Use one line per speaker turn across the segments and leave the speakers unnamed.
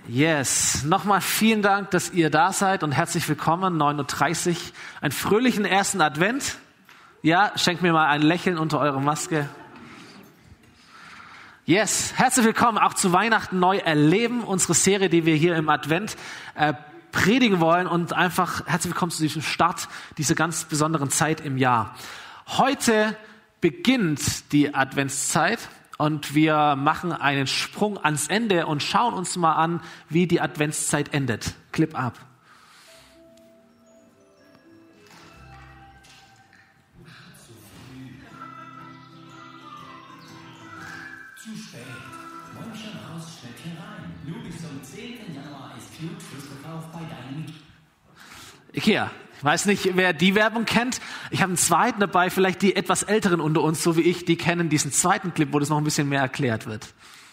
Yes, nochmal vielen Dank, dass ihr da seid und herzlich willkommen, 9:30 Uhr, einen fröhlichen ersten Advent. Ja, schenkt mir mal ein Lächeln unter eure Maske. Yes, herzlich willkommen auch zu Weihnachten neu erleben, unsere Serie, die wir hier im Advent predigen wollen und einfach herzlich willkommen zu diesem Start dieser ganz besonderen Zeit im Jahr. Heute beginnt die Adventszeit. Und wir machen einen Sprung ans Ende und schauen uns mal an, wie die Adventszeit endet. Clip ab.
Zu spät. Monschenhaus Schnäppchen rein. Nur bis zum 10. Januar ist Schlussverkauf bei deinem
Ikea. Ich weiß nicht, wer die Werbung kennt. Ich habe einen zweiten dabei, vielleicht die etwas Älteren unter uns, so wie ich, die kennen diesen zweiten Clip, wo das noch ein bisschen mehr erklärt wird.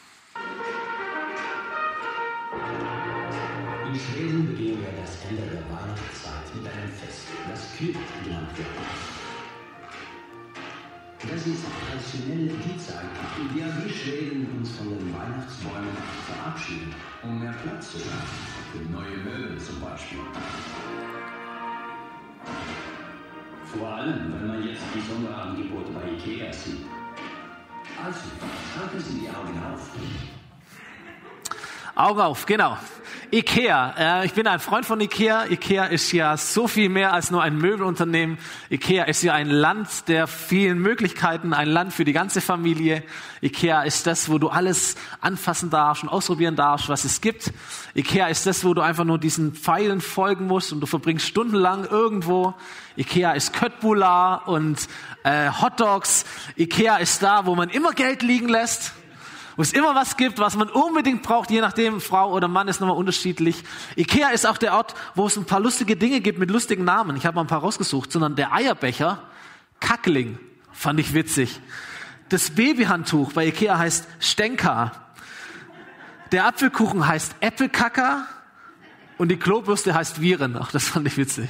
In Schweden begehen wir das Ende der Weihnachtszeit mit einem Fest, das Knut genannt wird. Das ist traditionell die Zeit, in der wir Schweden uns von den Weihnachtsbäumen verabschieden, um mehr Platz zu schaffen, für neue Möbel zum Beispiel. Vor allem, wenn man jetzt die Sonderangebote bei Ikea sieht. Also, halten Sie die Augen auf.
Augen auf, genau. Ikea. Ich bin ein Freund von Ikea. Ikea ist ja so viel mehr als nur ein Möbelunternehmen. Ikea ist ja ein Land der vielen Möglichkeiten, ein Land für die ganze Familie. Ikea ist das, wo du alles anfassen darfst und ausprobieren darfst, was es gibt. Ikea ist das, wo du einfach nur diesen Pfeilen folgen musst und du verbringst stundenlang irgendwo. Ikea ist Köttbullar und Hotdogs. Ikea ist da, wo man immer Geld liegen lässt. Wo es immer was gibt, was man unbedingt braucht, je nachdem, Frau oder Mann ist nochmal unterschiedlich. Ikea ist auch der Ort, wo es ein paar lustige Dinge gibt mit lustigen Namen. Ich habe mal ein paar rausgesucht, sondern der Eierbecher, Kackling, fand ich witzig. Das Babyhandtuch bei Ikea heißt Stenka. Der Apfelkuchen heißt Äppelkacker und die Klobürste heißt Viren. Ach, das fand ich witzig.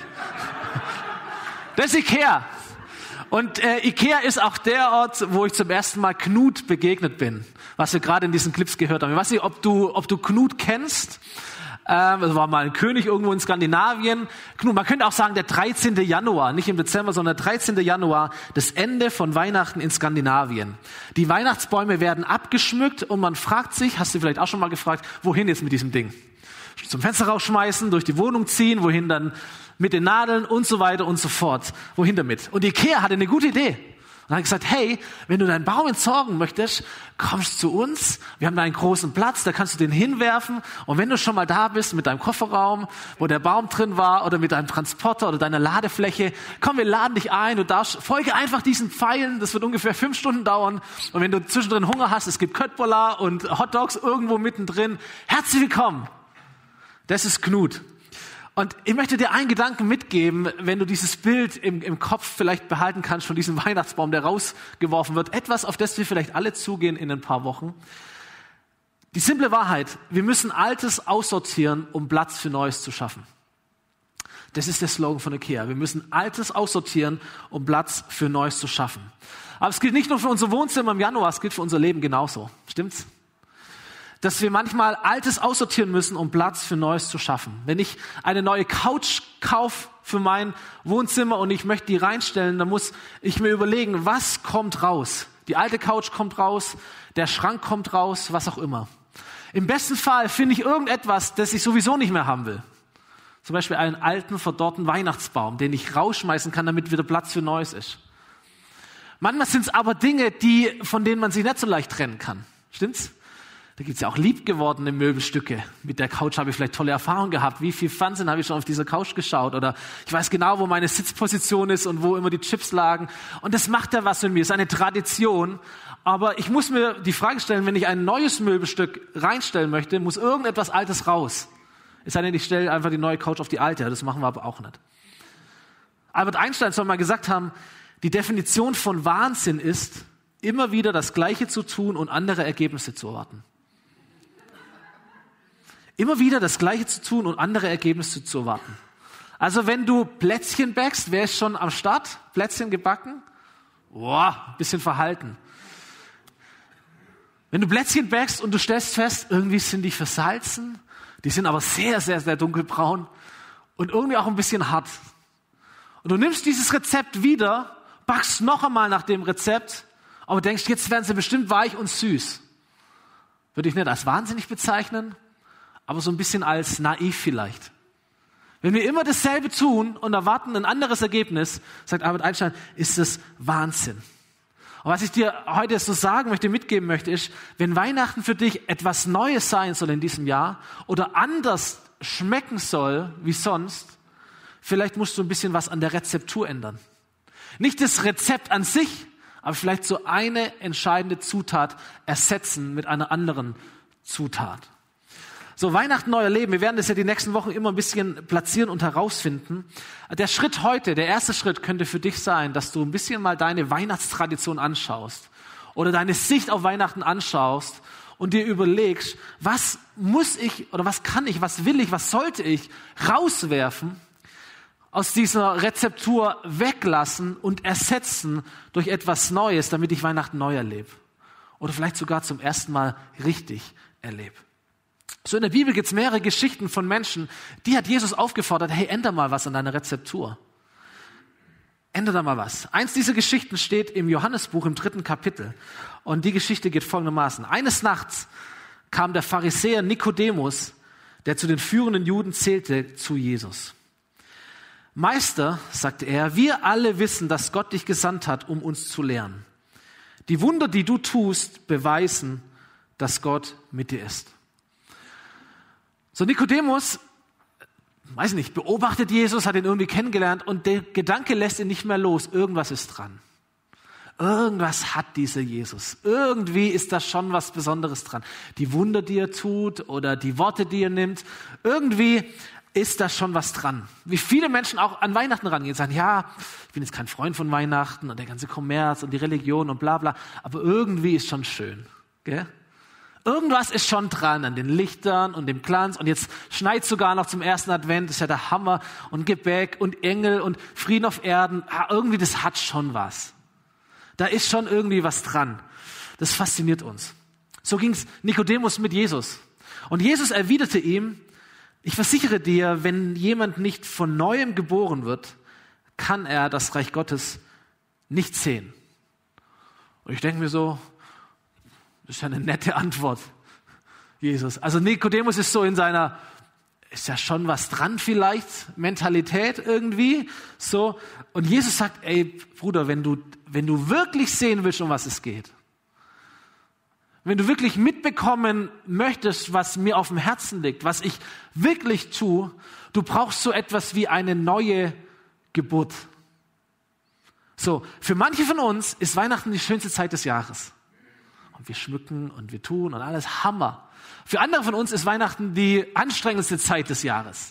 Das ist Ikea. Und Ikea ist auch der Ort, wo ich zum ersten Mal Knut begegnet bin, was wir gerade in diesen Clips gehört haben. Ich weiß nicht, ob du Knut kennst. Das war mal ein König irgendwo in Skandinavien. Knut, man könnte auch sagen, der 13. Januar, nicht im Dezember, sondern der 13. Januar, das Ende von Weihnachten in Skandinavien. Die Weihnachtsbäume werden abgeschmückt und man fragt sich, hast du vielleicht auch schon mal gefragt, wohin jetzt mit diesem Ding? Zum Fenster rausschmeißen, durch die Wohnung ziehen, wohin dann mit den Nadeln und so weiter und so fort. Wohin damit? Und Ikea hatte eine gute Idee. Und hat gesagt, hey, wenn du deinen Baum entsorgen möchtest, kommst zu uns. Wir haben da einen großen Platz, da kannst du den hinwerfen. Und wenn du schon mal da bist mit deinem Kofferraum, wo der Baum drin war, oder mit deinem Transporter oder deiner Ladefläche, komm, wir laden dich ein. Du darfst, folge einfach diesen Pfeilen. Das wird ungefähr 5 Stunden dauern. Und wenn du zwischendrin Hunger hast, es gibt Köttbullar und Hotdogs irgendwo mittendrin. Herzlich willkommen. Das ist Knut. Und ich möchte dir einen Gedanken mitgeben, wenn du dieses Bild im Kopf vielleicht behalten kannst von diesem Weihnachtsbaum, der rausgeworfen wird. Etwas, auf das wir vielleicht alle zugehen in ein paar Wochen. Die simple Wahrheit, wir müssen Altes aussortieren, um Platz für Neues zu schaffen. Das ist der Slogan von Ikea. Wir müssen Altes aussortieren, um Platz für Neues zu schaffen. Aber es gilt nicht nur für unser Wohnzimmer im Januar, es gilt für unser Leben genauso. Stimmt's? Dass wir manchmal Altes aussortieren müssen, um Platz für Neues zu schaffen. Wenn ich eine neue Couch kaufe für mein Wohnzimmer und ich möchte die reinstellen, dann muss ich mir überlegen, was kommt raus? Die alte Couch kommt raus, der Schrank kommt raus, was auch immer. Im besten Fall finde ich irgendetwas, das ich sowieso nicht mehr haben will. Zum Beispiel einen alten, verdorrten Weihnachtsbaum, den ich rausschmeißen kann, damit wieder Platz für Neues ist. Manchmal sind es aber Dinge, von denen man sich nicht so leicht trennen kann. Stimmt's? Da gibt's ja auch liebgewordene Möbelstücke. Mit der Couch habe ich vielleicht tolle Erfahrungen gehabt. Wie viel Fernsehen habe ich schon auf dieser Couch geschaut? Oder ich weiß genau, wo meine Sitzposition ist und wo immer die Chips lagen. Und das macht ja was mit mir. Das ist eine Tradition. Aber ich muss mir die Frage stellen, wenn ich ein neues Möbelstück reinstellen möchte, muss irgendetwas Altes raus. Es sei denn, ich stelle einfach die neue Couch auf die alte. Das machen wir aber auch nicht. Albert Einstein soll mal gesagt haben, die Definition von Wahnsinn ist, immer wieder das Gleiche zu tun und andere Ergebnisse zu erwarten. Immer wieder das Gleiche zu tun und andere Ergebnisse zu erwarten. Also wenn du Plätzchen backst, wer ist schon am Start? Plätzchen gebacken? Boah, bisschen verhalten. Wenn du Plätzchen backst und du stellst fest, irgendwie sind die versalzen, Die sind aber sehr, sehr, sehr dunkelbraun und irgendwie auch ein bisschen hart. Und du nimmst dieses Rezept wieder, backst noch einmal nach dem Rezept, aber denkst, jetzt werden sie bestimmt weich und süß. Würde ich nicht als wahnsinnig bezeichnen, aber so ein bisschen als naiv vielleicht. Wenn wir immer dasselbe tun und erwarten ein anderes Ergebnis, sagt Albert Einstein, ist das Wahnsinn. Und was ich dir heute so sagen möchte, mitgeben möchte, ist, wenn Weihnachten für dich etwas Neues sein soll in diesem Jahr oder anders schmecken soll wie sonst, vielleicht musst du ein bisschen was an der Rezeptur ändern. Nicht das Rezept an sich, aber vielleicht so eine entscheidende Zutat ersetzen mit einer anderen Zutat. So, Weihnachten, neuer Leben. Wir werden das ja die nächsten Wochen immer ein bisschen platzieren und herausfinden. Der Schritt heute, der erste Schritt könnte für dich sein, dass du ein bisschen mal deine Weihnachtstradition anschaust oder deine Sicht auf Weihnachten anschaust und dir überlegst, was muss ich oder was kann ich, was will ich, was sollte ich rauswerfen, aus dieser Rezeptur weglassen und ersetzen durch etwas Neues, damit ich Weihnachten neu erlebe. Oder vielleicht sogar zum ersten Mal richtig erlebe. So in der Bibel gibt es mehrere Geschichten von Menschen, die hat Jesus aufgefordert, hey, änder mal was an deiner Rezeptur. Änder da mal was. Eins dieser Geschichten steht im Johannesbuch im 3. Kapitel. Und die Geschichte geht folgendermaßen. Eines Nachts kam der Pharisäer Nikodemus, der zu den führenden Juden zählte, zu Jesus. Meister, sagte er, wir alle wissen, dass Gott dich gesandt hat, um uns zu lehren. Die Wunder, die du tust, beweisen, dass Gott mit dir ist. So Nikodemus, weiß nicht, beobachtet Jesus, hat ihn irgendwie kennengelernt und der Gedanke lässt ihn nicht mehr los. Irgendwas ist dran. Irgendwas hat dieser Jesus. Irgendwie ist da schon was Besonderes dran. Die Wunder, die er tut oder die Worte, die er nimmt, irgendwie ist da schon was dran. Wie viele Menschen auch an Weihnachten rangehen und sagen, ja, ich bin jetzt kein Freund von Weihnachten und der ganze Kommerz und die Religion und bla bla, aber irgendwie ist schon schön. Gell? Irgendwas ist schon dran an den Lichtern und dem Glanz und jetzt schneit sogar noch zum ersten Advent, das ist ja der Hammer und Gebäck und Engel und Frieden auf Erden. Irgendwie, das hat schon was. Da ist schon irgendwie was dran. Das fasziniert uns. So ging es Nikodemus mit Jesus. Und Jesus erwiderte ihm, ich versichere dir, wenn jemand nicht von Neuem geboren wird, kann er das Reich Gottes nicht sehen. Und ich denke mir so, das ist ja eine nette Antwort, Jesus. Also Nikodemus ist so in seiner, ist ja schon was dran vielleicht, Mentalität irgendwie, so. Und Jesus sagt, ey Bruder, wenn du wirklich sehen willst, um was es geht, wenn du wirklich mitbekommen möchtest, was mir auf dem Herzen liegt, was ich wirklich tue, du brauchst so etwas wie eine neue Geburt. So, für manche von uns ist Weihnachten die schönste Zeit des Jahres. Und wir schmücken und wir tun und alles Hammer. Für andere von uns ist Weihnachten die anstrengendste Zeit des Jahres.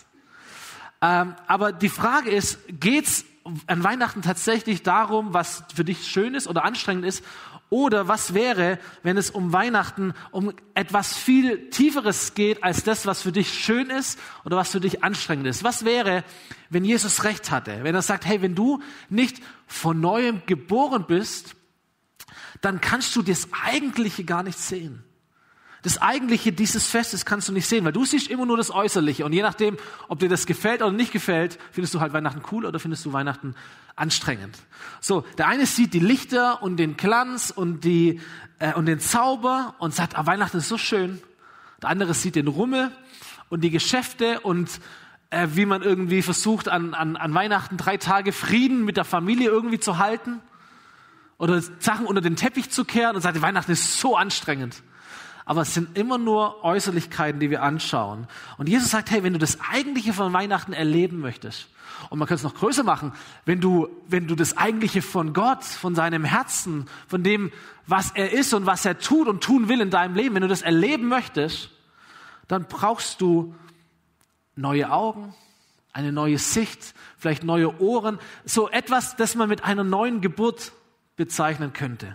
Aber die Frage ist, geht's an Weihnachten tatsächlich darum, was für dich schön ist oder anstrengend ist? Oder was wäre, wenn es um Weihnachten um etwas viel Tieferes geht, als das, was für dich schön ist oder was für dich anstrengend ist? Was wäre, wenn Jesus recht hatte? Wenn er sagt, hey, wenn du nicht von Neuem geboren bist, dann kannst du das Eigentliche gar nicht sehen. Das Eigentliche dieses Festes kannst du nicht sehen, weil du siehst immer nur das Äußerliche. Und je nachdem, ob dir das gefällt oder nicht gefällt, findest du halt Weihnachten cool oder findest du Weihnachten anstrengend. So, der eine sieht die Lichter und den Glanz und den Zauber und sagt, Weihnachten ist so schön. Der andere sieht den Rummel und die Geschäfte und wie man irgendwie versucht, an Weihnachten 3 Tage Frieden mit der Familie irgendwie zu halten. Oder Sachen unter den Teppich zu kehren und sagt, Weihnachten ist so anstrengend. Aber es sind immer nur Äußerlichkeiten, die wir anschauen. Und Jesus sagt, hey, wenn du das Eigentliche von Weihnachten erleben möchtest, und man kann es noch größer machen, wenn du das Eigentliche von Gott, von seinem Herzen, von dem, was er ist und was er tut und tun will in deinem Leben, wenn du das erleben möchtest, dann brauchst du neue Augen, eine neue Sicht, vielleicht neue Ohren, so etwas, das man mit einer neuen Geburt bezeichnen könnte.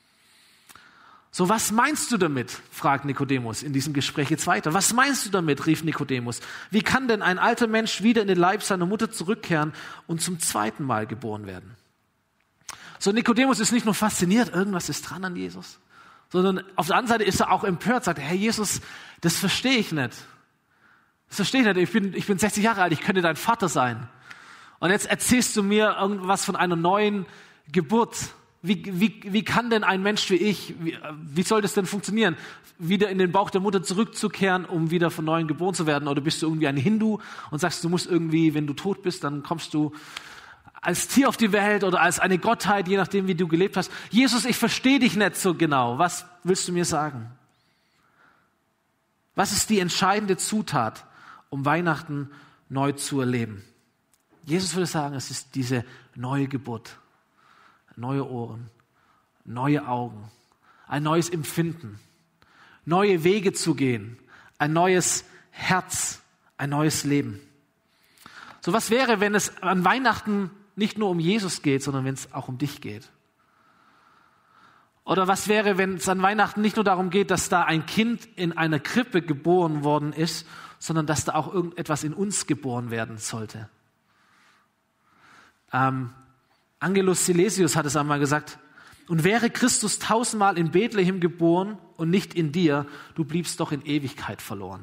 So, was meinst du damit? Fragt Nikodemus in diesem Gespräch jetzt weiter. Was meinst du damit? Rief Nikodemus. Wie kann denn ein alter Mensch wieder in den Leib seiner Mutter zurückkehren und zum zweiten Mal geboren werden? So, Nikodemus ist nicht nur fasziniert, irgendwas ist dran an Jesus, sondern auf der anderen Seite ist er auch empört, sagt, Herr Jesus, das verstehe ich nicht. Das verstehe ich nicht. Ich bin 60 Jahre alt, ich könnte dein Vater sein. Und jetzt erzählst du mir irgendwas von einer neuen Geburt. Wie kann denn ein Mensch wie ich, wie soll das denn funktionieren, wieder in den Bauch der Mutter zurückzukehren, um wieder von Neuem geboren zu werden? Oder bist du irgendwie ein Hindu und sagst, du musst irgendwie, wenn du tot bist, dann kommst du als Tier auf die Welt oder als eine Gottheit, je nachdem, wie du gelebt hast. Jesus, ich verstehe dich nicht so genau. Was willst du mir sagen? Was ist die entscheidende Zutat, um Weihnachten neu zu erleben? Jesus würde sagen, es ist diese neue Geburt. Neue Ohren, neue Augen, ein neues Empfinden, neue Wege zu gehen, ein neues Herz, ein neues Leben. So, was wäre, wenn es an Weihnachten nicht nur um Jesus geht, sondern wenn es auch um dich geht? Oder was wäre, wenn es an Weihnachten nicht nur darum geht, dass da ein Kind in einer Krippe geboren worden ist, sondern dass da auch irgendetwas in uns geboren werden sollte? Angelus Silesius hat es einmal gesagt, und wäre Christus 1000-mal in Bethlehem geboren und nicht in dir, du bliebst doch in Ewigkeit verloren.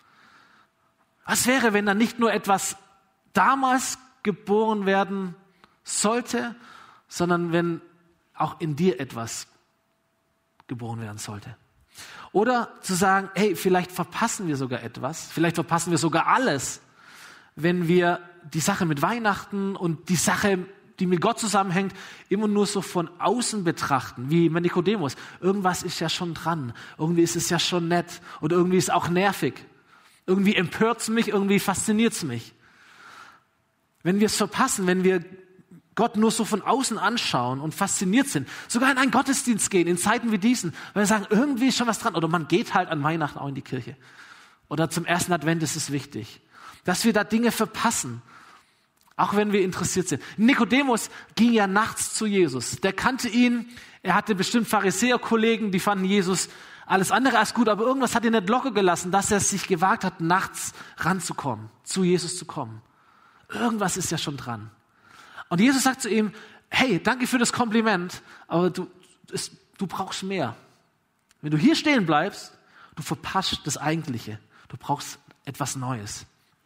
Was wäre, wenn da nicht nur etwas damals geboren werden sollte, sondern wenn auch in dir etwas geboren werden sollte? Oder zu sagen, hey, vielleicht verpassen wir sogar etwas, vielleicht verpassen wir sogar alles, wenn wir die Sache mit Weihnachten und die Sache, die mit Gott zusammenhängt, immer nur so von außen betrachten, wie bei Nikodemus. Irgendwas ist ja schon dran, irgendwie ist es ja schon nett und irgendwie ist es auch nervig. Irgendwie empört es mich, irgendwie fasziniert es mich. Wenn wir es verpassen, wenn wir Gott nur so von außen anschauen und fasziniert sind, sogar in einen Gottesdienst gehen, in Zeiten wie diesen, weil wir sagen, irgendwie ist schon was dran. Oder man geht halt an Weihnachten auch in die Kirche. Oder zum ersten Advent ist es wichtig, dass wir da Dinge verpassen, auch wenn wir interessiert sind. Nikodemus ging ja nachts zu Jesus. Der kannte ihn. Er hatte bestimmt Pharisäerkollegen, die fanden Jesus alles andere als gut. Aber irgendwas hat ihn nicht locker gelassen, dass er es sich gewagt hat, nachts ranzukommen, zu Jesus zu kommen. Irgendwas ist ja schon dran. Und Jesus sagt zu ihm, hey, danke für das Kompliment, aber du brauchst mehr. Wenn du hier stehen bleibst, du verpasst das Eigentliche. Du brauchst etwas Neues.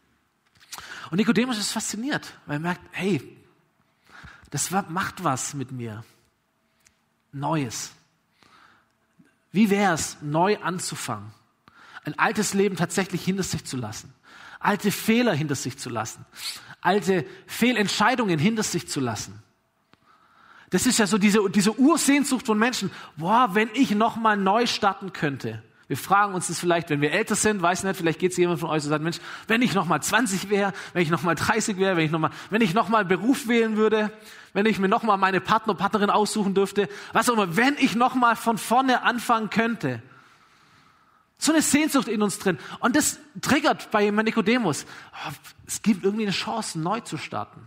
Und Nikodemus ist fasziniert, weil er merkt, hey, das macht was mit mir. Neues. Wie wäre es, neu anzufangen? Ein altes Leben tatsächlich hinter sich zu lassen. Alte Fehler hinter sich zu lassen. Alte Fehlentscheidungen hinter sich zu lassen. Das ist ja so diese Ursehnsucht von Menschen. Boah, wenn ich nochmal neu starten könnte. Wir fragen uns das vielleicht, wenn wir älter sind, weiß nicht, vielleicht geht es jemand von euch und sagt, Mensch, wenn ich nochmal 20 wäre, wenn ich nochmal 30 wäre, wenn ich nochmal einen Beruf wählen würde, wenn ich mir nochmal meine Partnerin aussuchen dürfte, was auch immer, wenn ich nochmal von vorne anfangen könnte. So eine Sehnsucht in uns drin. Und das triggert bei Nikodemus. Es gibt irgendwie eine Chance, neu zu starten.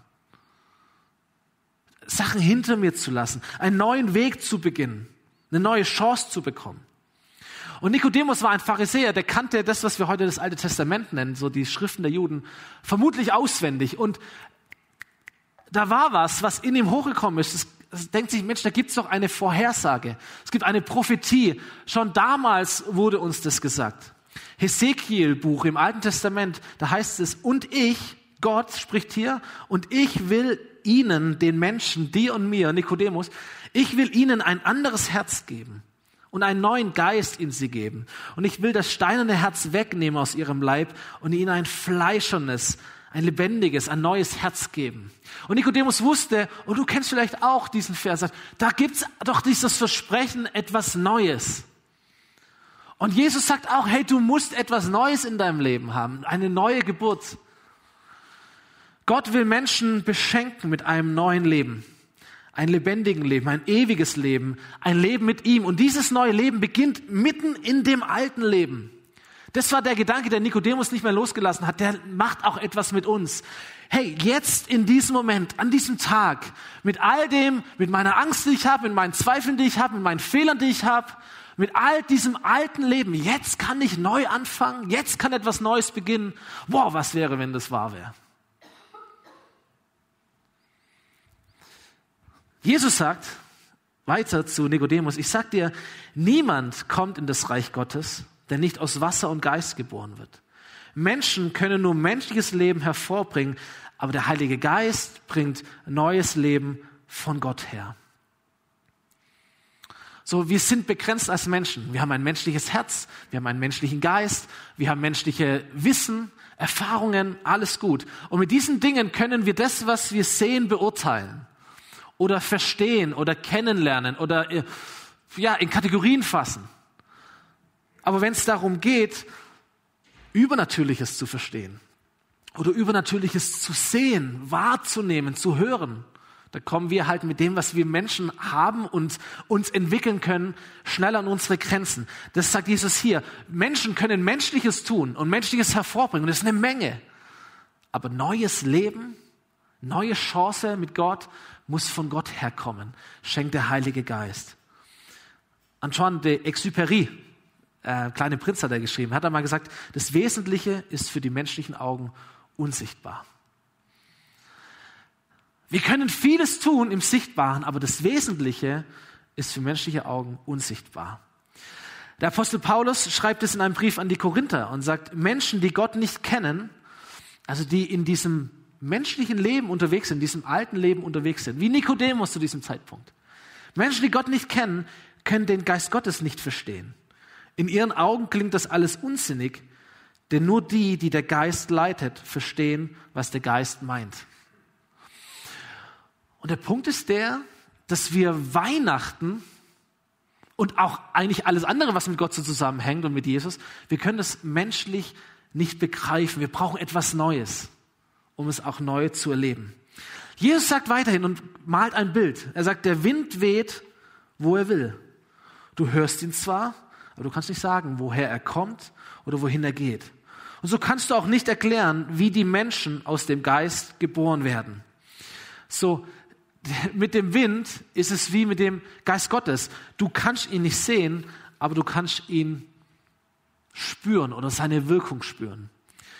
Sachen hinter mir zu lassen, einen neuen Weg zu beginnen, eine neue Chance zu bekommen. Und Nikodemus war ein Pharisäer, der kannte das, was wir heute das Alte Testament nennen, so die Schriften der Juden, vermutlich auswendig. Und da war was in ihm hochgekommen ist. Es denkt sich, Mensch, da gibt es doch eine Vorhersage. Es gibt eine Prophetie. Schon damals wurde uns das gesagt. Hesekiel-Buch im Alten Testament, da heißt es, und ich, Gott spricht hier, und ich will ihnen, den Menschen, dir und mir, Nikodemus, ich will ihnen ein anderes Herz geben. Und einen neuen Geist in sie geben. Und ich will das steinerne Herz wegnehmen aus ihrem Leib und ihnen ein fleischernes, ein lebendiges, ein neues Herz geben. Und Nikodemus wusste, und du kennst vielleicht auch diesen Vers, da gibt's doch dieses Versprechen, etwas Neues. Und Jesus sagt auch, hey, du musst etwas Neues in deinem Leben haben, eine neue Geburt. Gott will Menschen beschenken mit einem neuen Leben. Ein lebendigen Leben, ein ewiges Leben, ein Leben mit ihm. Und dieses neue Leben beginnt mitten in dem alten Leben. Das war der Gedanke, der Nikodemus nicht mehr losgelassen hat. Der macht auch etwas mit uns. Hey, jetzt in diesem Moment, an diesem Tag, mit all dem, mit meiner Angst, die ich habe, mit meinen Zweifeln, die ich habe, mit meinen Fehlern, die ich habe, mit all diesem alten Leben, jetzt kann ich neu anfangen, jetzt kann etwas Neues beginnen. Wow, was wäre, wenn das wahr wäre? Jesus sagt weiter zu Nikodemus, ich sag dir, niemand kommt in das Reich Gottes, der nicht aus Wasser und Geist geboren wird. Menschen können nur menschliches Leben hervorbringen, aber der Heilige Geist bringt neues Leben von Gott her. So, wir sind begrenzt als Menschen. Wir haben ein menschliches Herz, wir haben einen menschlichen Geist, wir haben menschliche Wissen, Erfahrungen, alles gut. Und mit diesen Dingen können wir das, was wir sehen, beurteilen oder verstehen oder kennenlernen oder in Kategorien fassen. Aber wenn es darum geht, Übernatürliches zu verstehen oder Übernatürliches zu sehen, wahrzunehmen, zu hören, da kommen wir halt mit dem, was wir Menschen haben und uns entwickeln können, schnell an unsere Grenzen. Das sagt Jesus hier. Menschen können Menschliches tun und Menschliches hervorbringen. Das ist eine Menge. Aber neues Leben, neue Chance mit Gott muss von Gott herkommen. Schenkt der Heilige Geist. Antoine de Exupéry, Kleine Prinz hat er geschrieben, hat einmal gesagt, das Wesentliche ist für die menschlichen Augen unsichtbar. Wir können vieles tun im Sichtbaren, aber das Wesentliche ist für menschliche Augen unsichtbar. Der Apostel Paulus schreibt es in einem Brief an die Korinther und sagt, Menschen, die Gott nicht kennen, also die in diesem menschlichen Leben unterwegs sind, in diesem alten Leben unterwegs sind, wie Nikodemus zu diesem Zeitpunkt. Menschen, die Gott nicht kennen, können den Geist Gottes nicht verstehen. In ihren Augen klingt das alles unsinnig, denn nur die, die der Geist leitet, verstehen, was der Geist meint. Und der Punkt ist der, dass wir Weihnachten und auch eigentlich alles andere, was mit Gott so zusammenhängt und mit Jesus, wir können das menschlich nicht begreifen. Wir brauchen etwas Neues, um es auch neu zu erleben. Jesus sagt weiterhin und malt ein Bild. Er sagt, der Wind weht, wo er will. Du hörst ihn zwar, aber du kannst nicht sagen, woher er kommt oder wohin er geht. Und so kannst du auch nicht erklären, wie die Menschen aus dem Geist geboren werden. So, mit dem Wind ist es wie mit dem Geist Gottes. Du kannst ihn nicht sehen, aber du kannst ihn spüren oder seine Wirkung spüren.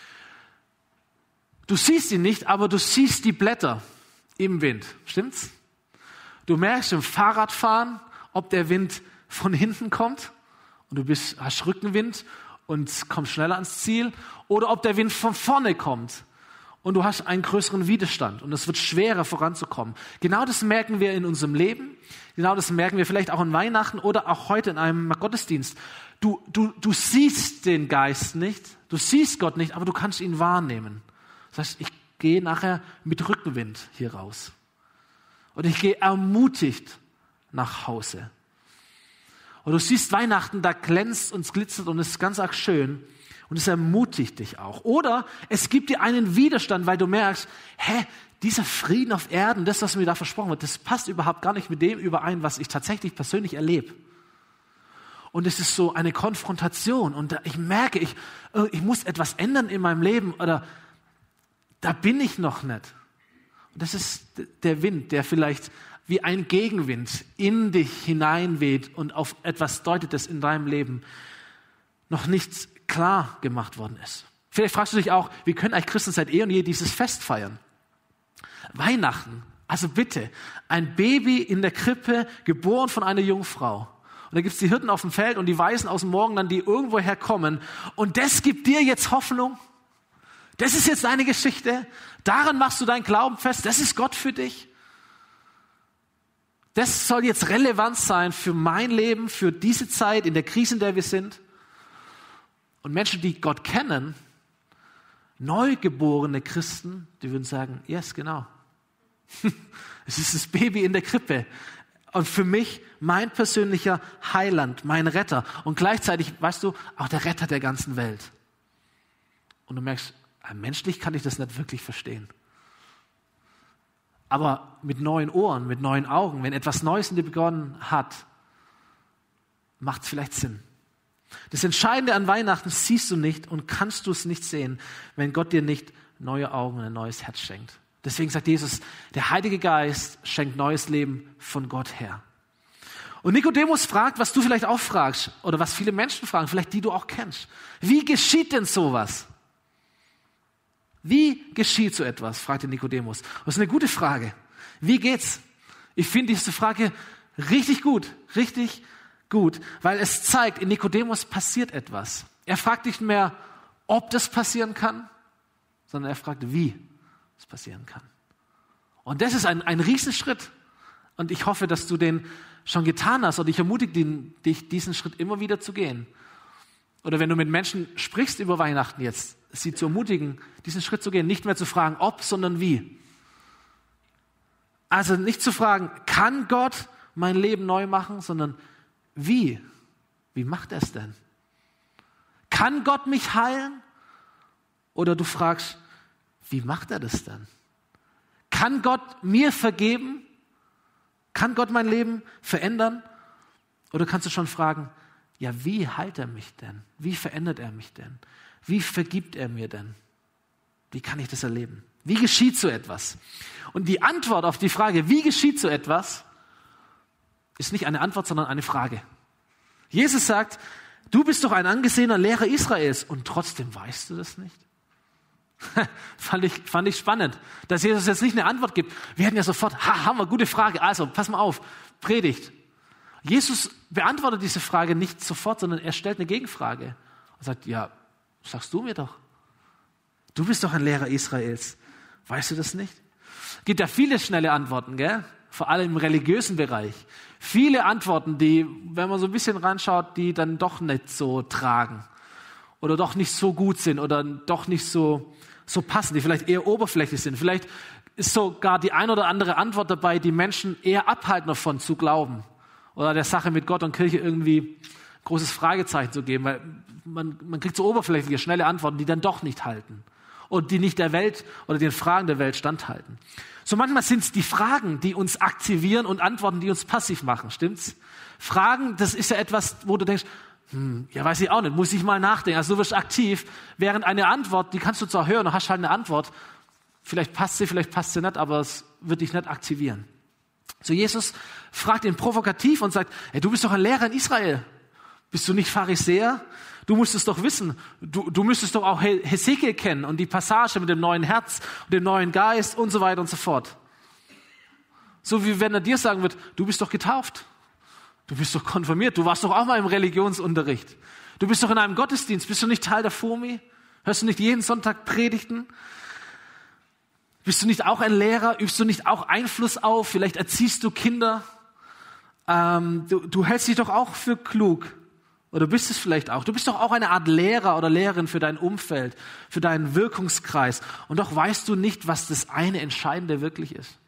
Du siehst ihn nicht, aber du siehst die Blätter im Wind. Stimmt's? Du merkst im Fahrradfahren, ob der Wind von hinten kommt und du hast Rückenwind und kommst schneller ans Ziel, oder ob der Wind von vorne kommt und du hast einen größeren Widerstand und es wird schwerer voranzukommen. Genau das merken wir in unserem Leben, genau das merken wir vielleicht auch an Weihnachten oder auch heute in einem Gottesdienst. Du siehst den Geist nicht, du siehst Gott nicht, aber du kannst ihn wahrnehmen. Das heißt, ich gehe nachher mit Rückenwind hier raus und ich gehe ermutigt nach Hause. Und du siehst Weihnachten, da glänzt und glitzert und es ist ganz arg schön und es ermutigt dich auch. Oder es gibt dir einen Widerstand, weil du merkst, dieser Frieden auf Erden, das, was mir da versprochen wird, das passt überhaupt gar nicht mit dem überein, was ich tatsächlich persönlich erlebe. Und es ist so eine Konfrontation und ich merke, ich muss etwas ändern in meinem Leben oder da bin ich noch nicht. Und das ist der Wind, der vielleicht wie ein Gegenwind in dich hineinweht und auf etwas deutet, das in deinem Leben noch nicht klar gemacht worden ist. Vielleicht fragst du dich auch, wie können eigentlich Christen seit eh und je dieses Fest feiern? Weihnachten, also bitte, ein Baby in der Krippe, geboren von einer Jungfrau. Und da gibt es die Hirten auf dem Feld und die Weisen aus dem Morgenland, die irgendwo herkommen. Und das gibt dir jetzt Hoffnung? Das ist jetzt deine Geschichte? Daran machst du deinen Glauben fest? Das ist Gott für dich? Das soll jetzt relevant sein für mein Leben, für diese Zeit, in der Krise, in der wir sind. Und Menschen, die Gott kennen, neugeborene Christen, die würden sagen, yes, genau. Es ist das Baby in der Krippe. Und für mich mein persönlicher Heiland, mein Retter. Und gleichzeitig, weißt du, auch der Retter der ganzen Welt. Und du merkst, menschlich kann ich das nicht wirklich verstehen. Aber mit neuen Ohren, mit neuen Augen, wenn etwas Neues in dir begonnen hat, macht es vielleicht Sinn. Das Entscheidende an Weihnachten siehst du nicht und kannst du es nicht sehen, wenn Gott dir nicht neue Augen und ein neues Herz schenkt. Deswegen sagt Jesus, der Heilige Geist schenkt neues Leben von Gott her. Und Nikodemus fragt, was du vielleicht auch fragst oder was viele Menschen fragen, vielleicht die du auch kennst. Wie geschieht denn sowas? Wie geschieht so etwas? Fragte Nikodemus. Das ist eine gute Frage. Wie geht's? Ich finde diese Frage richtig gut, weil es zeigt, in Nikodemus passiert etwas. Er fragt nicht mehr, ob das passieren kann, sondern er fragt, wie es passieren kann. Und das ist ein Riesenschritt. Und ich hoffe, dass du den schon getan hast, und ich ermutige dich, diesen Schritt immer wieder zu gehen. Oder wenn du mit Menschen sprichst über Weihnachten jetzt, sie zu ermutigen, diesen Schritt zu gehen, nicht mehr zu fragen, ob, sondern wie. Also nicht zu fragen, kann Gott mein Leben neu machen, sondern wie? Wie macht er es denn? Kann Gott mich heilen? Oder du fragst, wie macht er das denn? Kann Gott mir vergeben? Kann Gott mein Leben verändern? Oder kannst du schon fragen, ja, wie heilt er mich denn? Wie verändert er mich denn? Wie vergibt er mir denn? Wie kann ich das erleben? Wie geschieht so etwas? Und die Antwort auf die Frage, wie geschieht so etwas, ist nicht eine Antwort, sondern eine Frage. Jesus sagt, du bist doch ein angesehener Lehrer Israels und trotzdem weißt du das nicht? Fand ich spannend, dass Jesus jetzt nicht eine Antwort gibt. Wir hätten ja sofort, haben wir, gute Frage, also pass mal auf, Predigt. Jesus beantwortet diese Frage nicht sofort, sondern er stellt eine Gegenfrage. Er sagt, ja, sagst du mir doch. Du bist doch ein Lehrer Israels. Weißt du das nicht? Es gibt ja viele schnelle Antworten, gell? Vor allem im religiösen Bereich. Viele Antworten, die, wenn man so ein bisschen ranschaut, die dann doch nicht so tragen. Oder doch nicht so gut sind oder doch nicht so passen, die vielleicht eher oberflächlich sind. Vielleicht ist sogar die ein oder andere Antwort dabei, die Menschen eher abhalten davon zu glauben oder der Sache mit Gott und Kirche irgendwie ein großes Fragezeichen zu geben, weil man kriegt so oberflächliche, schnelle Antworten, die dann doch nicht halten und die nicht der Welt oder den Fragen der Welt standhalten. So manchmal sind es die Fragen, die uns aktivieren und Antworten, die uns passiv machen, stimmt's? Fragen, das ist ja etwas, wo du denkst, ja, weiß ich auch nicht, muss ich mal nachdenken. Also du wirst aktiv, während eine Antwort, die kannst du zwar hören und hast halt eine Antwort, vielleicht passt sie nicht, aber es wird dich nicht aktivieren. So Jesus fragt ihn provokativ und sagt, hey, du bist doch ein Lehrer in Israel. Bist du nicht Pharisäer? Du musst es doch wissen. Du müsstest doch auch Hesekiel kennen und die Passage mit dem neuen Herz und dem neuen Geist und so weiter und so fort. So wie wenn er dir sagen wird, du bist doch getauft. Du bist doch konfirmiert, du warst doch auch mal im Religionsunterricht. Du bist doch in einem Gottesdienst, bist du nicht Teil der FOMI? Hörst du nicht jeden Sonntag Predigten? Bist du nicht auch ein Lehrer? Übst du nicht auch Einfluss auf? Vielleicht erziehst du Kinder. Du hältst dich doch auch für klug. Oder bist es vielleicht auch. Du bist doch auch eine Art Lehrer oder Lehrerin für dein Umfeld, für deinen Wirkungskreis. Und doch weißt du nicht, was das eine Entscheidende wirklich ist.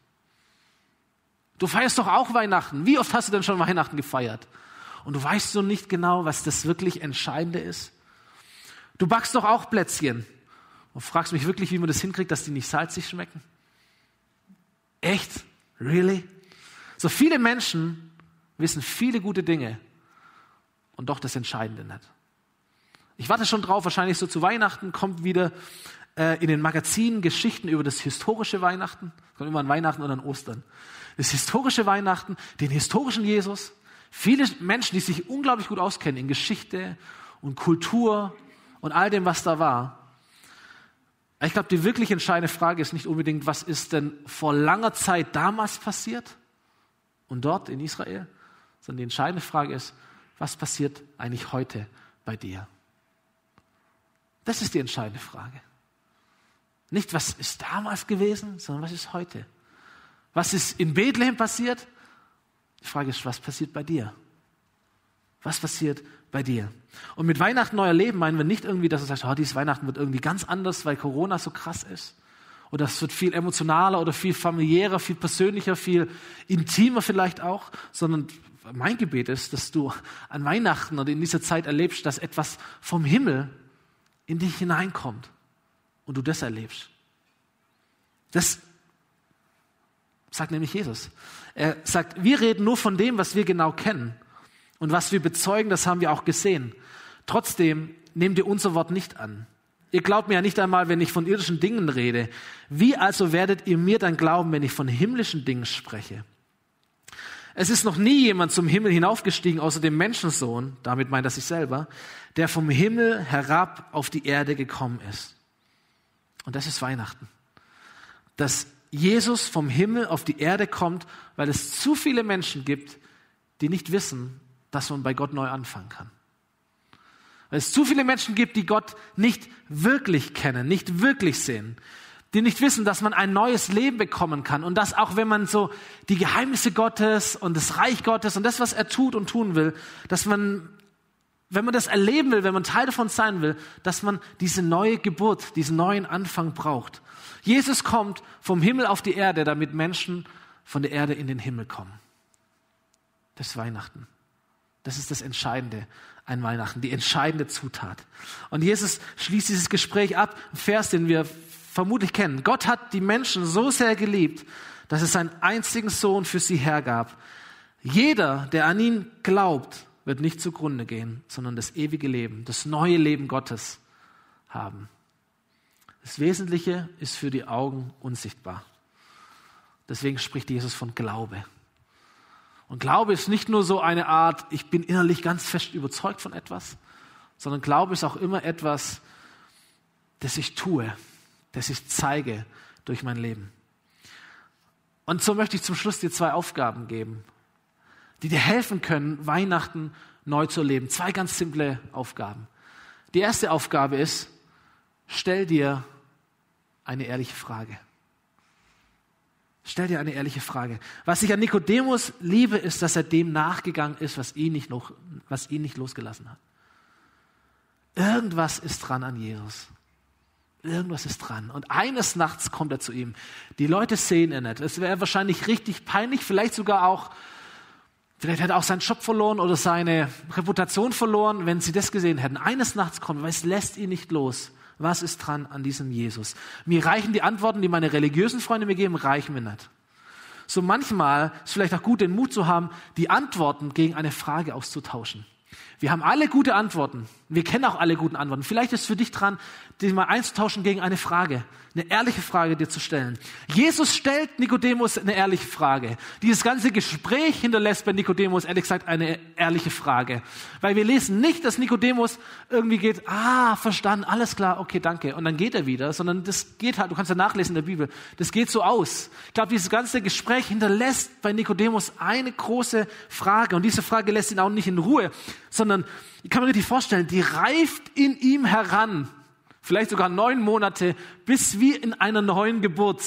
Du feierst doch auch Weihnachten. Wie oft hast du denn schon Weihnachten gefeiert? Und du weißt so nicht genau, was das wirklich Entscheidende ist. Du backst doch auch Plätzchen. Und fragst mich wirklich, wie man das hinkriegt, dass die nicht salzig schmecken. Echt? Really? So viele Menschen wissen viele gute Dinge und doch das Entscheidende nicht. Ich warte schon drauf, wahrscheinlich so zu Weihnachten kommt wieder in den Magazinen Geschichten über das historische Weihnachten. Es kommt immer an Weihnachten und an Ostern. Das historische Weihnachten, den historischen Jesus. Viele Menschen, die sich unglaublich gut auskennen in Geschichte und Kultur und all dem, was da war. Ich glaube, die wirklich entscheidende Frage ist nicht unbedingt, was ist denn vor langer Zeit damals passiert und dort in Israel, sondern die entscheidende Frage ist, was passiert eigentlich heute bei dir? Das ist die entscheidende Frage. Nicht, was ist damals gewesen, sondern was ist heute? Was ist in Bethlehem passiert? Die Frage ist, was passiert bei dir? Was passiert bei dir? Und mit Weihnachten neuer Leben meinen wir nicht irgendwie, dass du sagst, dieses Weihnachten wird irgendwie ganz anders, weil Corona so krass ist. Oder es wird viel emotionaler oder viel familiärer, viel persönlicher, viel intimer vielleicht auch. Sondern mein Gebet ist, dass du an Weihnachten oder in dieser Zeit erlebst, dass etwas vom Himmel in dich hineinkommt und du das erlebst. Das sagt nämlich Jesus. Er sagt, wir reden nur von dem, was wir genau kennen. Und was wir bezeugen, das haben wir auch gesehen. Trotzdem nehmt ihr unser Wort nicht an. Ihr glaubt mir ja nicht einmal, wenn ich von irdischen Dingen rede. Wie also werdet ihr mir dann glauben, wenn ich von himmlischen Dingen spreche? Es ist noch nie jemand zum Himmel hinaufgestiegen, außer dem Menschensohn, damit meint er sich selber, der vom Himmel herab auf die Erde gekommen ist. Und das ist Weihnachten. Dass Jesus vom Himmel auf die Erde kommt, weil es zu viele Menschen gibt, die nicht wissen, dass man bei Gott neu anfangen kann. Weil es zu viele Menschen gibt, die Gott nicht wirklich kennen, nicht wirklich sehen, die nicht wissen, dass man ein neues Leben bekommen kann und dass auch wenn man so die Geheimnisse Gottes und das Reich Gottes und das, was er tut und tun will, dass man, wenn man das erleben will, wenn man Teil davon sein will, dass man diese neue Geburt, diesen neuen Anfang braucht. Jesus kommt vom Himmel auf die Erde, damit Menschen von der Erde in den Himmel kommen. Das ist Weihnachten. Das ist das Entscheidende an Weihnachten, die entscheidende Zutat. Und Jesus schließt dieses Gespräch ab, ein Vers, den wir vermutlich kennen. Gott hat die Menschen so sehr geliebt, dass es seinen einzigen Sohn für sie hergab. Jeder, der an ihn glaubt, wird nicht zugrunde gehen, sondern das ewige Leben, das neue Leben Gottes haben. Das Wesentliche ist für die Augen unsichtbar. Deswegen spricht Jesus von Glaube. Und Glaube ist nicht nur so eine Art, ich bin innerlich ganz fest überzeugt von etwas, sondern Glaube ist auch immer etwas, das ich tue, das ich zeige durch mein Leben. Und so möchte ich zum Schluss dir 2 Aufgaben geben, die dir helfen können, Weihnachten neu zu erleben. 2 ganz simple Aufgaben. Die erste Aufgabe ist, stell dir eine ehrliche Frage. Stell dir eine ehrliche Frage. Was ich an Nikodemus liebe, ist, dass er dem nachgegangen ist, was ihn nicht losgelassen hat. Irgendwas ist dran an Jesus. Irgendwas ist dran. Und eines Nachts kommt er zu ihm. Die Leute sehen ihn nicht. Es wäre wahrscheinlich richtig peinlich, vielleicht hätte er auch seinen Job verloren oder seine Reputation verloren, wenn sie das gesehen hätten. Eines Nachts kommt, weil es lässt ihn nicht los. Was ist dran an diesem Jesus? Mir reichen die Antworten, die meine religiösen Freunde mir geben, reichen mir nicht. So manchmal ist vielleicht auch gut, den Mut zu haben, die Antworten gegen eine Frage auszutauschen. Wir haben alle gute Antworten. Wir kennen auch alle guten Antworten. Vielleicht ist es für dich dran, die mal einzutauschen gegen eine Frage, eine ehrliche Frage dir zu stellen. Jesus stellt Nikodemus eine ehrliche Frage. Dieses ganze Gespräch hinterlässt bei Nikodemus, ehrlich gesagt, eine ehrliche Frage. Weil wir lesen nicht, dass Nikodemus irgendwie geht, verstanden, alles klar, okay, danke. Und dann geht er wieder, sondern das geht halt, du kannst ja nachlesen in der Bibel, das geht so aus. Ich glaube, dieses ganze Gespräch hinterlässt bei Nikodemus eine große Frage. Und diese Frage lässt ihn auch nicht in Ruhe, sondern, ich kann mir richtig vorstellen, die reift in ihm heran, vielleicht sogar 9 Monate, bis wie in einer neuen Geburt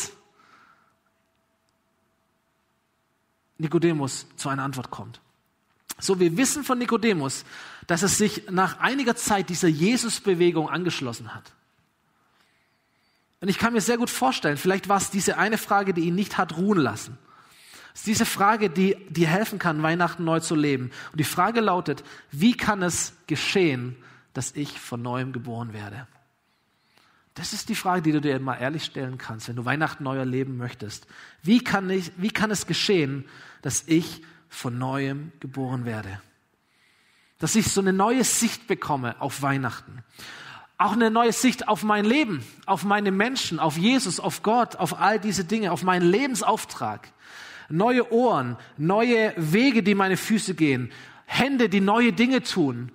Nikodemus zu einer Antwort kommt. So, wir wissen von Nikodemus, dass er sich nach einiger Zeit dieser Jesus-Bewegung angeschlossen hat. Und ich kann mir sehr gut vorstellen, vielleicht war es diese eine Frage, die ihn nicht hat ruhen lassen. Es ist diese Frage, die dir helfen kann, Weihnachten neu zu leben. Und die Frage lautet, wie kann es geschehen, dass ich von Neuem geboren werde? Das ist die Frage, die du dir mal ehrlich stellen kannst, wenn du Weihnachten neu erleben möchtest. Wie kann es geschehen, dass ich von Neuem geboren werde? Dass ich so eine neue Sicht bekomme auf Weihnachten. Auch eine neue Sicht auf mein Leben, auf meine Menschen, auf Jesus, auf Gott, auf all diese Dinge, auf meinen Lebensauftrag. Neue Ohren, neue Wege, die meine Füße gehen, Hände, die neue Dinge tun,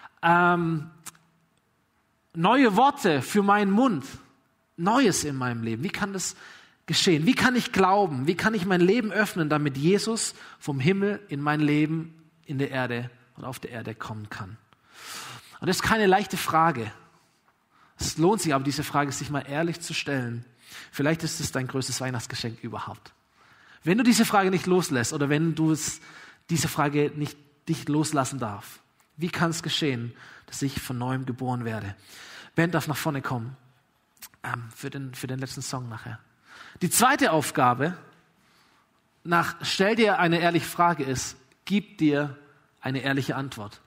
neue Worte für meinen Mund, Neues in meinem Leben. Wie kann das geschehen? Wie kann ich glauben? Wie kann ich mein Leben öffnen, damit Jesus vom Himmel in mein Leben in der Erde und auf der Erde kommen kann? Und das ist keine leichte Frage. Es lohnt sich aber, diese Frage sich mal ehrlich zu stellen. Vielleicht ist es dein größtes Weihnachtsgeschenk überhaupt. Wenn du diese Frage nicht loslässt oder wenn du diese Frage nicht dich loslassen darf, wie kann es geschehen, dass ich von Neuem geboren werde? Band darf nach vorne kommen für den letzten Song nachher. Die zweite Aufgabe nach stell dir eine ehrliche Frage ist, gib dir eine ehrliche Antwort.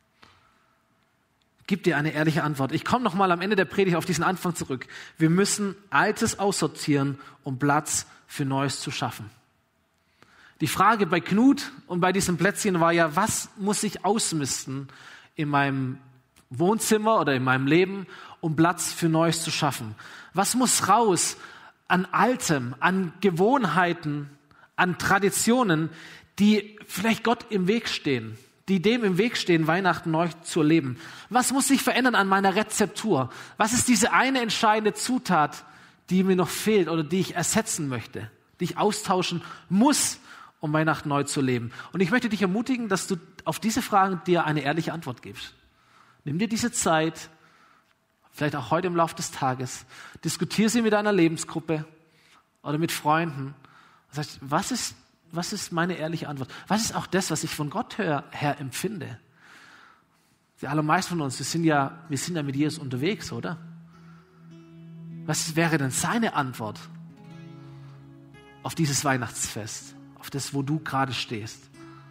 Gib dir eine ehrliche Antwort. Ich komme nochmal am Ende der Predigt auf diesen Anfang zurück. Wir müssen Altes aussortieren, um Platz für Neues zu schaffen. Die Frage bei Knut und bei diesem Plätzchen war ja, was muss ich ausmisten in meinem Wohnzimmer oder in meinem Leben, um Platz für Neues zu schaffen? Was muss raus an Altem, an Gewohnheiten, an Traditionen, die vielleicht Gott im Weg stehen, die dem im Weg stehen, Weihnachten neu zu erleben? Was muss sich verändern an meiner Rezeptur? Was ist diese eine entscheidende Zutat, die mir noch fehlt oder die ich ersetzen möchte, die ich austauschen muss, um Weihnachten neu zu leben? Und ich möchte dich ermutigen, dass du auf diese Fragen dir eine ehrliche Antwort gibst. Nimm dir diese Zeit, vielleicht auch heute im Laufe des Tages, diskutiere sie mit deiner Lebensgruppe oder mit Freunden. Und sagst, was ist meine ehrliche Antwort? Was ist auch das, was ich von Gott her empfinde? Die allermeisten von uns, wir sind ja mit Jesus unterwegs, oder? Was wäre denn seine Antwort auf dieses Weihnachtsfest, auf das, wo du gerade stehst?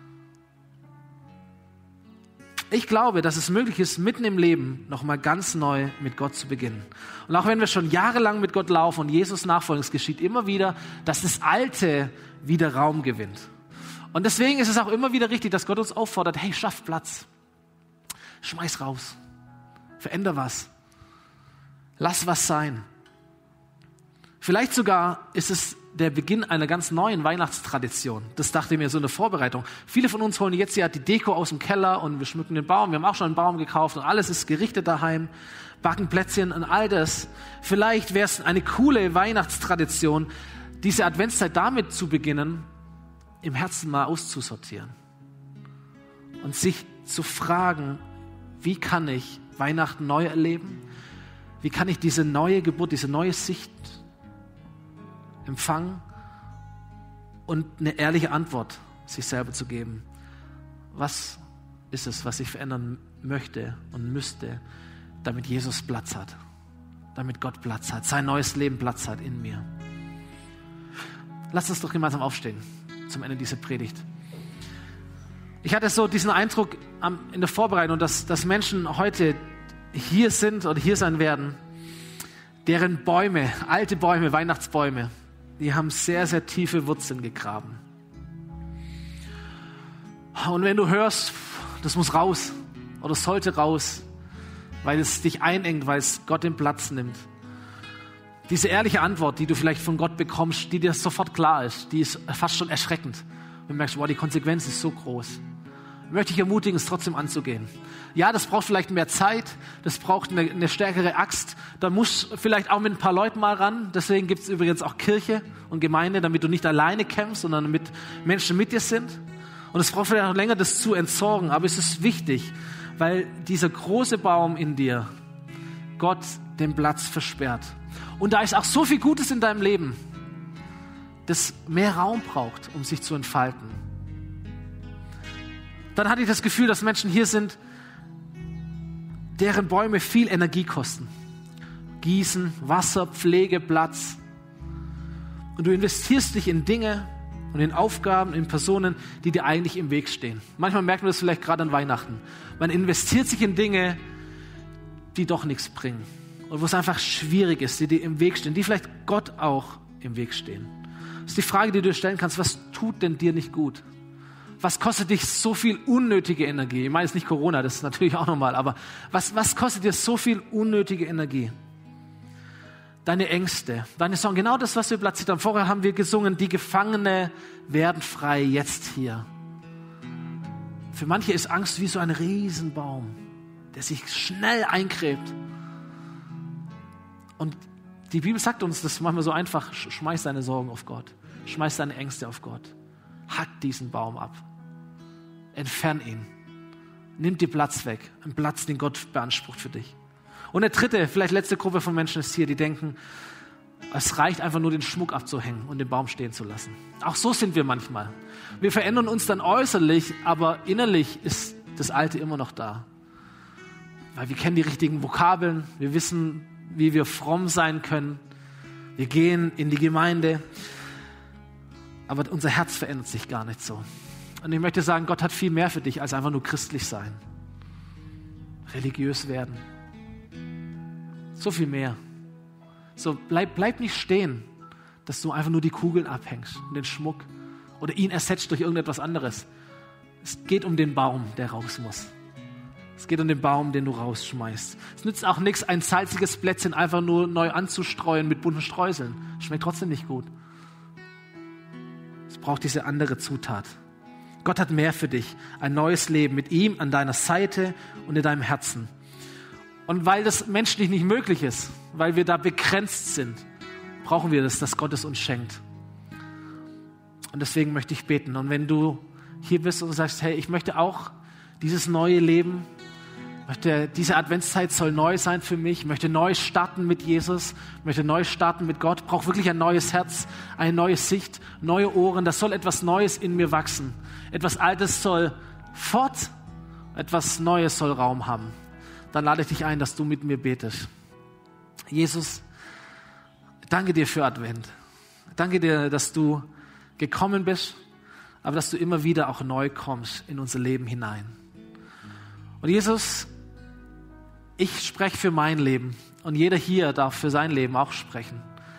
Ich glaube, dass es möglich ist, mitten im Leben nochmal ganz neu mit Gott zu beginnen. Und auch wenn wir schon jahrelang mit Gott laufen und Jesus nachfolgen, es geschieht immer wieder, dass das Alte wieder Raum gewinnt. Und deswegen ist es auch immer wieder richtig, dass Gott uns auffordert, hey, schaff Platz. Schmeiß raus. Veränder was. Lass was sein. Vielleicht sogar ist es der Beginn einer ganz neuen Weihnachtstradition. Das dachte ich mir so in der Vorbereitung. Viele von uns holen jetzt ja die Deko aus dem Keller und wir schmücken den Baum. Wir haben auch schon einen Baum gekauft und alles ist gerichtet daheim. Backen Plätzchen und all das. Vielleicht wäre es eine coole Weihnachtstradition, diese Adventszeit damit zu beginnen, im Herzen mal auszusortieren. Und sich zu fragen, wie kann ich Weihnachten neu erleben? Wie kann ich diese neue Geburt, diese neue Sicht empfangen und eine ehrliche Antwort sich selber zu geben. Was ist es, was ich verändern möchte und müsste, damit Jesus Platz hat, damit Gott Platz hat, sein neues Leben Platz hat in mir. Lasst uns doch gemeinsam aufstehen zum Ende dieser Predigt. Ich hatte so diesen Eindruck in der Vorbereitung, dass Menschen heute hier sind oder hier sein werden, deren Bäume, alte Bäume, Weihnachtsbäume, die haben sehr, sehr tiefe Wurzeln gegraben. Und wenn du hörst, das muss raus oder sollte raus, weil es dich einengt, weil es Gott den Platz nimmt. Diese ehrliche Antwort, die du vielleicht von Gott bekommst, die dir sofort klar ist, die ist fast schon erschreckend. Und du merkst, wow, die Konsequenz ist so groß. Möchte ich ermutigen, es trotzdem anzugehen. Ja, das braucht vielleicht mehr Zeit, das braucht eine stärkere Axt. Da musst du vielleicht auch mit ein paar Leuten mal ran. Deswegen gibt es übrigens auch Kirche und Gemeinde, damit du nicht alleine kämpfst, sondern damit Menschen mit dir sind. Und es braucht vielleicht auch länger, das zu entsorgen. Aber es ist wichtig, weil dieser große Baum in dir Gott den Platz versperrt. Und da ist auch so viel Gutes in deinem Leben, das mehr Raum braucht, um sich zu entfalten. Dann hatte ich das Gefühl, dass Menschen hier sind, deren Bäume viel Energie kosten. Gießen, Wasser, Pflege, Platz. Und du investierst dich in Dinge und in Aufgaben, in Personen, die dir eigentlich im Weg stehen. Manchmal merkt man das vielleicht gerade an Weihnachten. Man investiert sich in Dinge, die doch nichts bringen. Und wo es einfach schwierig ist, die dir im Weg stehen, die vielleicht Gott auch im Weg stehen. Das ist die Frage, die du dir stellen kannst, was tut denn dir nicht gut? Was kostet dich so viel unnötige Energie? Ich meine, es ist nicht Corona, das ist natürlich auch normal, aber was kostet dir so viel unnötige Energie? Deine Ängste, deine Sorgen, genau das, was wir platziert haben. Vorher haben wir gesungen, die Gefangene werden frei, jetzt hier. Für manche ist Angst wie so ein Riesenbaum, der sich schnell eingräbt. Und die Bibel sagt uns, das machen wir so einfach, schmeiß deine Sorgen auf Gott, schmeiß deine Ängste auf Gott. Hack diesen Baum ab. Entfern ihn. Nimm dir Platz weg. Einen Platz, den Gott beansprucht für dich. Und eine dritte, vielleicht letzte Gruppe von Menschen ist hier, die denken, es reicht einfach nur, den Schmuck abzuhängen und den Baum stehen zu lassen. Auch so sind wir manchmal. Wir verändern uns dann äußerlich, aber innerlich ist das Alte immer noch da. Weil wir kennen die richtigen Vokabeln, wir wissen, wie wir fromm sein können. Wir gehen in die Gemeinde. Aber unser Herz verändert sich gar nicht so. Und ich möchte sagen, Gott hat viel mehr für dich, als einfach nur christlich sein. Religiös werden. So viel mehr. So, bleib nicht stehen, dass du einfach nur die Kugeln abhängst und den Schmuck oder ihn ersetzt durch irgendetwas anderes. Es geht um den Baum, der raus muss. Es geht um den Baum, den du rausschmeißt. Es nützt auch nichts, ein salziges Plätzchen einfach nur neu anzustreuen mit bunten Streuseln. Schmeckt trotzdem nicht gut. Es braucht diese andere Zutat. Gott hat mehr für dich. Ein neues Leben mit ihm an deiner Seite und in deinem Herzen. Und weil das menschlich nicht möglich ist, weil wir da begrenzt sind, brauchen wir das, dass Gott es uns schenkt. Und deswegen möchte ich beten. Und wenn du hier bist und sagst, hey, ich möchte auch dieses neue Leben Diese Adventszeit soll neu sein für mich. Ich möchte neu starten mit Jesus. Ich möchte neu starten mit Gott. Ich brauche wirklich ein neues Herz, eine neue Sicht, neue Ohren. Da soll etwas Neues in mir wachsen. Etwas Altes soll fort, etwas Neues soll Raum haben. Dann lade ich dich ein, dass du mit mir betest. Jesus, danke dir für Advent. Danke dir, dass du gekommen bist, aber dass du immer wieder auch neu kommst in unser Leben hinein. Und Jesus, ich spreche für mein Leben und jeder hier darf für sein Leben auch sprechen.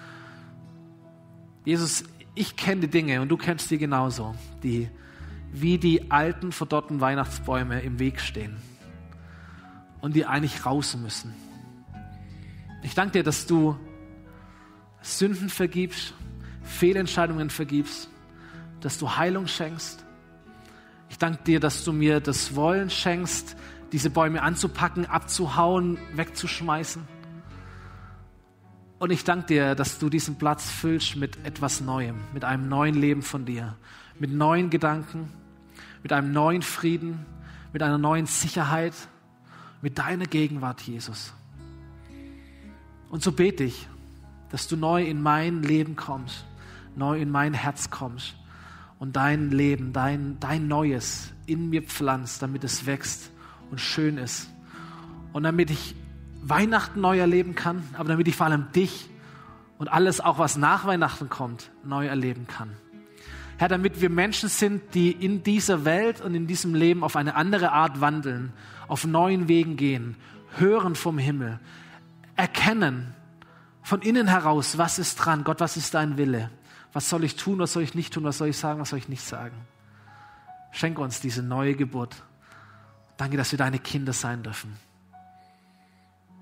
Jesus, ich kenne die Dinge und du kennst die genauso, die wie die alten, verdorrten Weihnachtsbäume im Weg stehen und die eigentlich raus müssen. Ich danke dir, dass du Sünden vergibst, Fehlentscheidungen vergibst, dass du Heilung schenkst. Ich danke dir, dass du mir das Wollen schenkst, diese Bäume anzupacken, abzuhauen, wegzuschmeißen. Und ich danke dir, dass du diesen Platz füllst mit etwas Neuem, mit einem neuen Leben von dir, mit neuen Gedanken, mit einem neuen Frieden, mit einer neuen Sicherheit, mit deiner Gegenwart, Jesus. Und so bete ich, dass du neu in mein Leben kommst, neu in mein Herz kommst und dein Leben, dein Neues in mir pflanzt, damit es wächst und schön ist. Und damit ich Weihnachten neu erleben kann, aber damit ich vor allem dich und alles auch, was nach Weihnachten kommt, neu erleben kann. Herr, damit wir Menschen sind, die in dieser Welt und in diesem Leben auf eine andere Art wandeln, auf neuen Wegen gehen, hören vom Himmel, erkennen von innen heraus, was ist dran, Gott, was ist dein Wille? Was soll ich tun, was soll ich nicht tun, was soll ich sagen, was soll ich nicht sagen? Schenke uns diese neue Geburt. Danke, dass wir deine Kinder sein dürfen.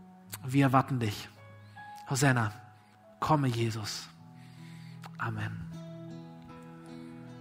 Wir erwarten dich. Hosanna, komme Jesus. Amen.